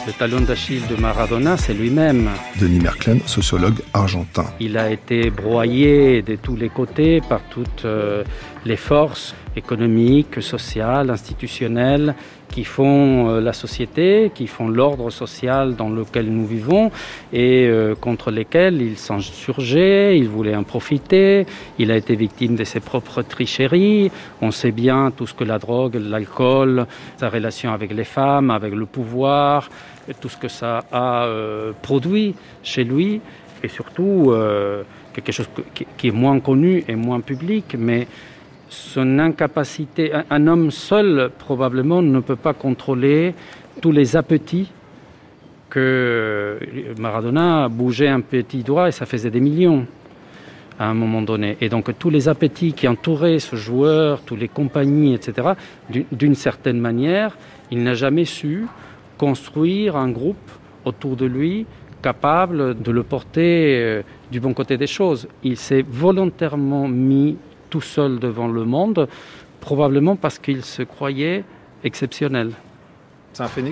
Le talon d'Achille de Maradona, c'est lui-même.
Denis Merklen, sociologue argentin.
Il a été broyé de tous les côtés par toutes les forces économiques, sociales, institutionnelles qui font la société, qui font l'ordre social dans lequel nous vivons et contre lesquels il s'insurgeait, il voulait en profiter, il a été victime de ses propres tricheries. On sait bien tout ce que la drogue, l'alcool, sa relation avec les femmes, avec le pouvoir, et tout ce que ça a produit chez lui et surtout quelque chose qui est moins connu et moins public, mais son incapacité, un homme seul probablement ne peut pas contrôler tous les appétits que Maradona bougeait un petit doigt et ça faisait des millions à un moment donné. Et donc tous les appétits qui entouraient ce joueur, toutes les compagnies, etc., d'une certaine manière, il n'a jamais su construire un groupe autour de lui capable de le porter du bon côté des choses. Il s'est volontairement mis tout seul devant le monde, probablement parce qu'il se croyait exceptionnel.
C'est un phénix ?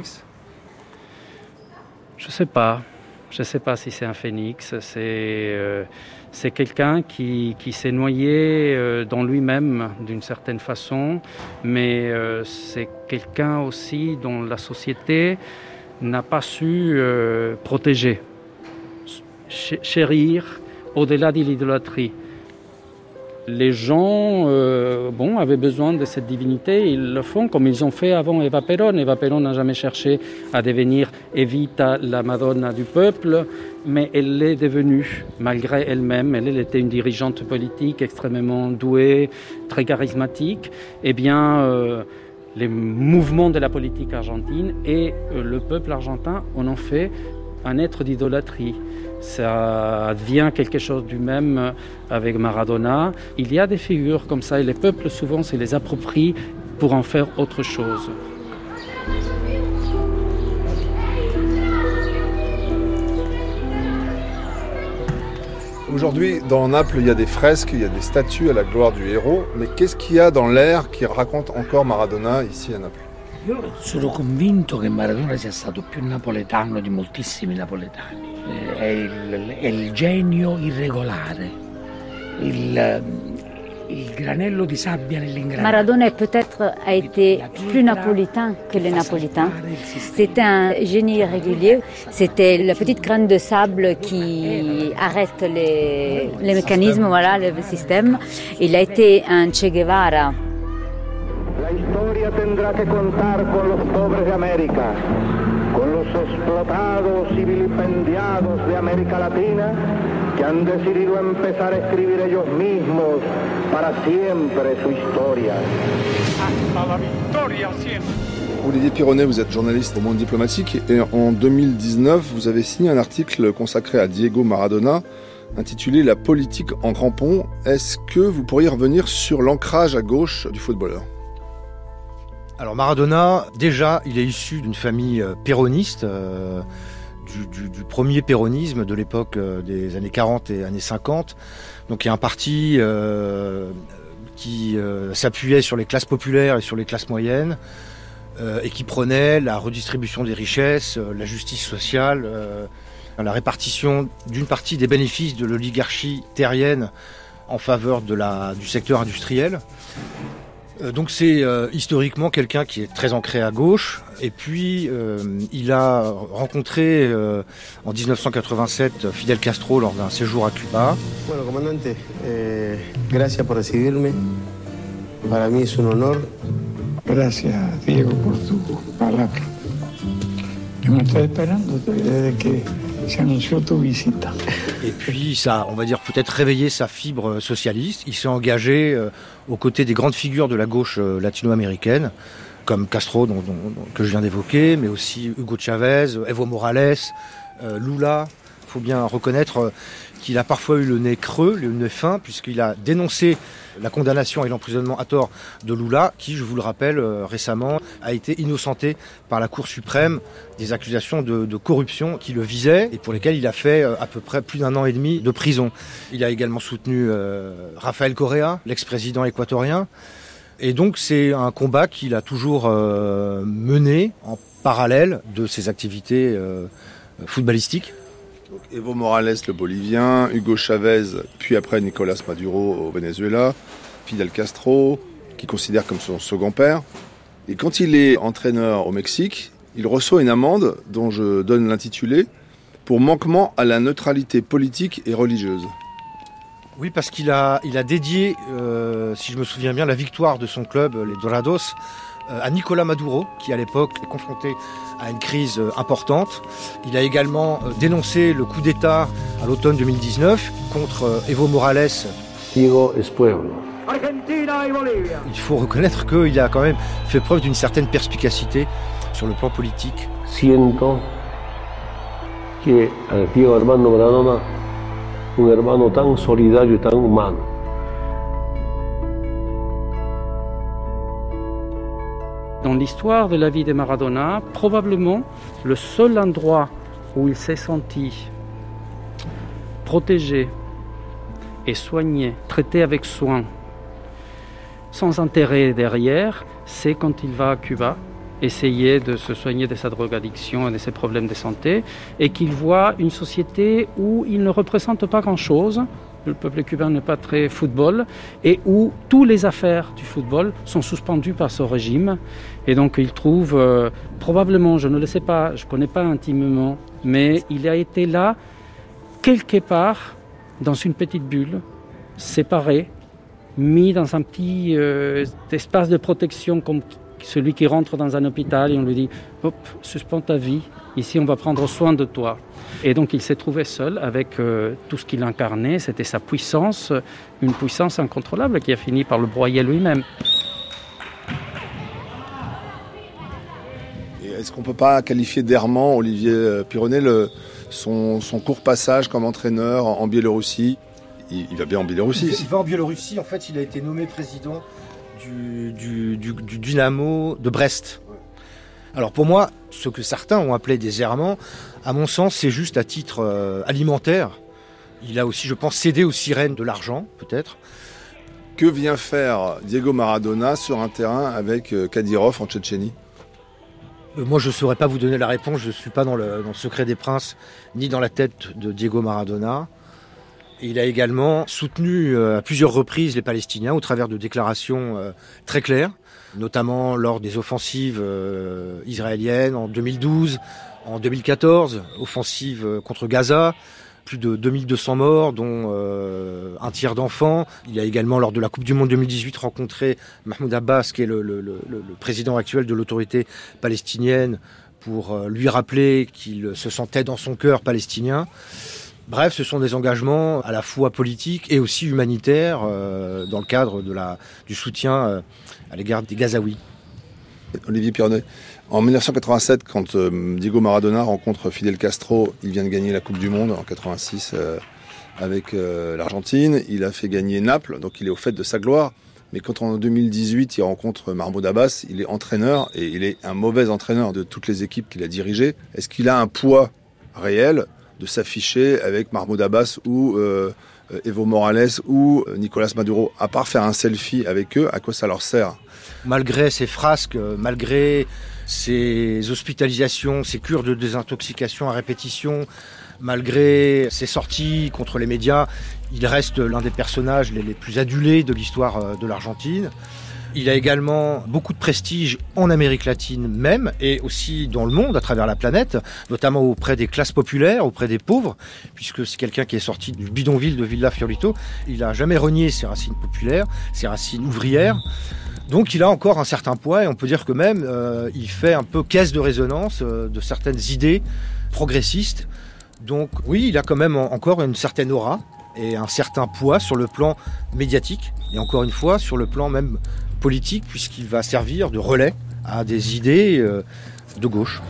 Je ne sais pas si c'est un phénix. C'est quelqu'un qui s'est noyé dans lui-même d'une certaine façon, mais c'est quelqu'un aussi dont la société n'a pas su protéger, chérir au-delà de l'idolâtrie. Les gens avaient besoin de cette divinité, ils le font comme ils ont fait avant Eva Perón. Eva Perón n'a jamais cherché à devenir Evita, la Madonna du peuple, mais elle l'est devenue, malgré elle-même. Elle était une dirigeante politique extrêmement douée, très charismatique. Eh bien, les mouvements de la politique argentine et le peuple argentin en ont fait un être d'idolâtrie. Ça devient quelque chose du même avec Maradona. Il y a des figures comme ça et les peuples souvent se les approprient pour en faire autre chose.
Aujourd'hui, dans Naples, il y a des fresques, il y a des statues à la gloire du héros. Mais qu'est-ce qu'il y a dans l'air qui raconte encore Maradona ici à Naples ?
Io sono convinto che Maradona sia stato più napoletano di moltissimi napoletani. È il genio irregolare, il granello di sabbia nell'ingranaggio.
Maradona peut-être a été plus napolitain que les Napolitains. C'était un génie irrégulier. C'était la petite graine de sable qui arrête les mécanismes, voilà, le système. Il a été un Che Guevara.
La historia tendrá que contar con los pobres de América, con los explotados y vilipendiados de América Latina que han decidido empezar a escribir ellos mismos para siempre su historia.
Hasta la victoria siempre.
Olivier Pironnet, vous êtes journaliste au Monde diplomatique et en 2019, vous avez signé un article consacré à Diego Maradona intitulé « La politique en crampons ». Est-ce que vous pourriez revenir sur l'ancrage à gauche du footballeur ?
Alors Maradona, déjà, il est issu d'une famille péroniste, du premier péronisme de l'époque des années 40 et années 50. Donc il y a un parti qui s'appuyait sur les classes populaires et sur les classes moyennes et qui prônait la redistribution des richesses, la justice sociale, la répartition d'une partie des bénéfices de l'oligarchie terrienne en faveur du secteur industriel. Donc c'est historiquement quelqu'un qui est très ancré à gauche et puis il a rencontré en 1987 Fidel Castro lors d'un séjour à Cuba.
Bueno, comandante, gracias por recibirme. Para mí es un honor.
Gracias, Diego, por tu palabra. Hemos estado esperándote desde que se anunció tu visita.
Et puis ça, on va dire, peut-être réveiller sa fibre socialiste. Il s'est engagé aux côtés des grandes figures de la gauche latino-américaine, comme Castro, que je viens d'évoquer, mais aussi Hugo Chavez, Evo Morales, Lula. Il faut bien reconnaître qu'il a parfois eu le nez creux, le nez fin, puisqu'il a dénoncé la condamnation et l'emprisonnement à tort de Lula, qui, je vous le rappelle, récemment a été innocenté par la Cour suprême des accusations de corruption qui le visaient et pour lesquelles il a fait à peu près plus d'1 an et demi de prison. Il a également soutenu Rafael Correa, l'ex-président équatorien. Et donc c'est un combat qu'il a toujours mené en parallèle de ses activités footballistiques.
Donc, Evo Morales, le Bolivien, Hugo Chavez, puis après Nicolás Maduro au Venezuela, Fidel Castro, qu'il considère comme son second père. Et quand il est entraîneur au Mexique, il reçoit une amende dont je donne l'intitulé pour manquement à la neutralité politique et religieuse.
Oui, parce qu'il a dédié, si je me souviens bien, la victoire de son club, les Dorados, à Nicolás Maduro, qui à l'époque est confronté à une crise importante. Il a également dénoncé le coup d'État à l'automne 2019 contre Evo Morales.
Diego es pueblo.
Il faut reconnaître qu'il a quand même fait preuve d'une certaine perspicacité sur le plan politique.
Siento que Diego Armando Maradona, un hermano tan solidario y tan humano.
Dans l'histoire de la vie de Maradona, probablement le seul endroit où il s'est senti protégé et soigné, traité avec soin, sans intérêt derrière, c'est quand il va à Cuba essayer de se soigner de sa drogaddiction et de ses problèmes de santé, et qu'il voit une société où il ne représente pas grand-chose, le peuple cubain n'est pas très football, et où toutes les affaires du football sont suspendues par ce régime. Et donc il trouve, probablement, je ne le sais pas, je ne connais pas intimement, mais il a été là, quelque part, dans une petite bulle, séparé, mis dans un petit espace de protection comme celui qui rentre dans un hôpital et on lui dit « Hop, suspends ta vie, ici on va prendre soin de toi ». Et donc il s'est trouvé seul avec tout ce qu'il incarnait, c'était sa puissance, une puissance incontrôlable qui a fini par le broyer lui-même.
Et est-ce qu'on ne peut pas qualifier d'errant Olivier Pironnet son court passage comme entraîneur en Biélorussie? Il va bien en Biélorussie.
Il va en Biélorussie, en fait il a été nommé président du Dynamo de Brest. Alors pour moi, ce que certains ont appelé des errements, à mon sens, c'est juste à titre alimentaire. Il a aussi, je pense, cédé aux sirènes de l'argent, peut-être.
Que vient faire Diego Maradona sur un terrain avec Kadyrov en Tchétchénie?
Moi, je ne saurais pas vous donner la réponse. Je ne suis pas dans le secret des princes, ni dans la tête de Diego Maradona. Il a également soutenu à plusieurs reprises les Palestiniens au travers de déclarations très claires, notamment lors des offensives israéliennes en 2012, en 2014, offensive contre Gaza, plus de 2200 morts, dont un tiers d'enfants. Il a également, lors de la Coupe du Monde 2018, rencontré Mahmoud Abbas, qui est le président actuel de l'autorité palestinienne, pour lui rappeler qu'il se sentait dans son cœur palestinien. Bref, ce sont des engagements à la fois politiques et aussi humanitaires dans le cadre du soutien à l'égard des Gazaouis.
Olivier Pironnet, en 1987, quand Diego Maradona rencontre Fidel Castro, il vient de gagner la Coupe du Monde en 86 avec l'Argentine. Il a fait gagner Naples, donc il est au fait de sa gloire. Mais quand en 2018, il rencontre Mahmoud Abbas, il est entraîneur et il est un mauvais entraîneur de toutes les équipes qu'il a dirigées. Est-ce qu'il a un poids réel de s'afficher avec Mahmoud Abbas ou Evo Morales ou Nicolás Maduro, à part faire un selfie avec eux, à quoi ça leur sert?
Malgré ces frasques, malgré ces hospitalisations, ces cures de désintoxication à répétition, malgré ses sorties contre les médias, il reste l'un des personnages les plus adulés de l'histoire de l'Argentine. Il a également beaucoup de prestige en Amérique latine même, et aussi dans le monde, à travers la planète, notamment auprès des classes populaires, auprès des pauvres, puisque c'est quelqu'un qui est sorti du bidonville de Villa Fiorito. Il n'a jamais renié ses racines populaires, ses racines ouvrières. Donc il a encore un certain poids, et on peut dire que même il fait un peu caisse de résonance de certaines idées progressistes. Donc oui, il a quand même encore une certaine aura et un certain poids sur le plan médiatique, et encore une fois sur le plan même politique, puisqu'il va servir de relais à des idées de gauche.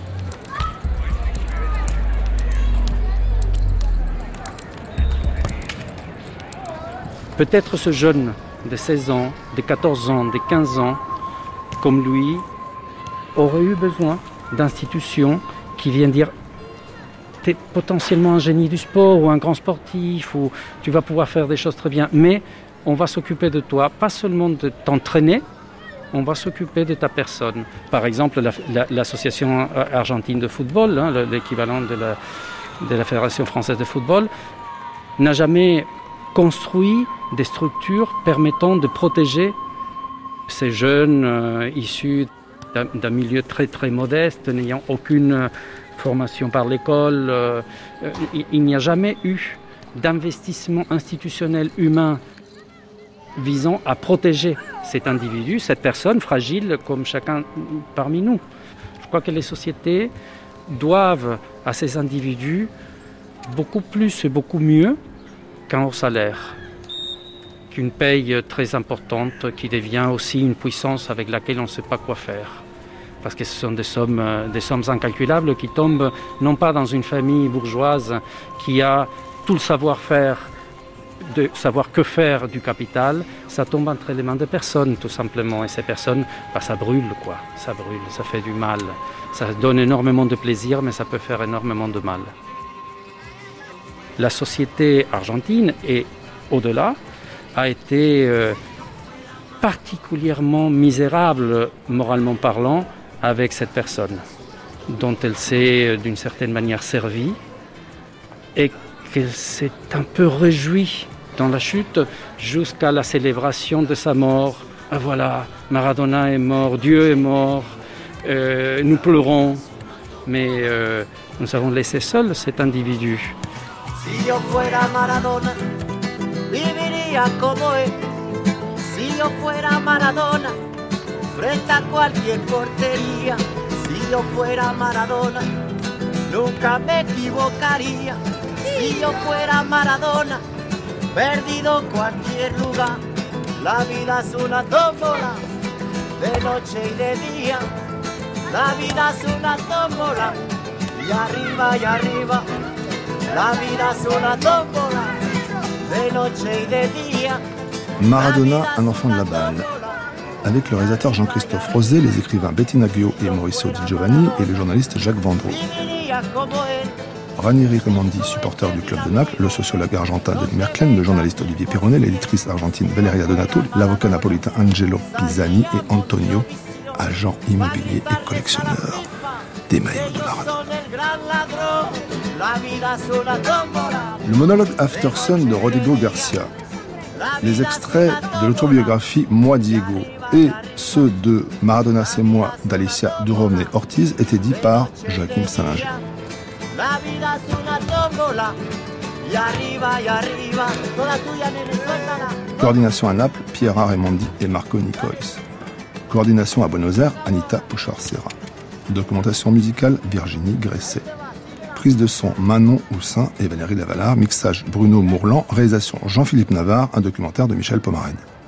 Peut-être ce jeune de 16 ans, de 14 ans, de 15 ans, comme lui, aurait eu besoin d'institutions qui viennent dire « tu es potentiellement un génie du sport ou un grand sportif, ou tu vas pouvoir faire des choses très bien, mais on va s'occuper de toi, pas seulement de t'entraîner, on va s'occuper de ta personne. Par exemple, l'association argentine de football, l'équivalent de la Fédération française de football, n'a jamais construit des structures permettant de protéger ces jeunes issus d'un milieu très très modeste, n'ayant aucune formation par l'école. Il n'y a jamais eu d'investissement institutionnel humain visant à protéger cet individu, cette personne fragile comme chacun parmi nous. Je crois que les sociétés doivent à ces individus beaucoup plus et beaucoup mieux qu'un haut salaire, qu'une paye très importante qui devient aussi une puissance avec laquelle on ne sait pas quoi faire. Parce que ce sont des sommes incalculables qui tombent non pas dans une famille bourgeoise qui a tout le savoir-faire, de savoir que faire du capital, ça tombe entre les mains de personnes tout simplement. Et ces personnes, ça brûle quoi, ça brûle, ça fait du mal. Ça donne énormément de plaisir, mais ça peut faire énormément de mal. La société argentine, et au-delà, a été particulièrement misérable, moralement parlant, avec cette personne, dont elle s'est d'une certaine manière servie, et qu'elle s'est un peu réjouie dans la chute jusqu'à la célébration de sa mort. Voilà, Maradona est mort, Dieu est mort, nous pleurons, mais nous avons laissé seul cet individu.
Si yo fuera Maradona, viviría como él. Si yo fuera Maradona, frente a cualquier portería. Si yo fuera Maradona, nunca me equivocaría. Si yo fuera Maradona, perdido cualquier lugar. La vida es una tómbola, de noche y de día. La vida es una tómbola, y arriba, la vida es una tómbola, de noche y de día.
Maradona, un enfant de la balle. Avec le réalisateur Jean-Christophe Rosé, les écrivains Bettina Guiot et Mauricio Di Giovanni et le journaliste Jacques Vendroux. Ranieri Raimondi, supporter du club de Naples, le sociologue argentin Denis Merklén, le journaliste Olivier Pironnet, l'éditrice argentine Valeria Donato, l'avocat napolitain Angelo Pisani et Antonio, agent immobilier et collectionneur des maillots de Maradona. Le monologue After Sun de Rodrigo Garcia, les extraits de l'autobiographie Moi Diego et ceux de Maradona c'est moi d'Alicia Durovne Ortiz étaient dits par Joachim Salinger. Coordination à Naples, Piera Raimondi et Marco Nicois. Coordination à Buenos Aires, Anita Pouchard-Serra. Documentation musicale, Virginie Gresset. Prise de son, Manon Houssin et Valérie Lavalard. Mixage, Bruno Mourlan. Réalisation, Jean-Philippe Navarre. Un documentaire de Michel Pomarène.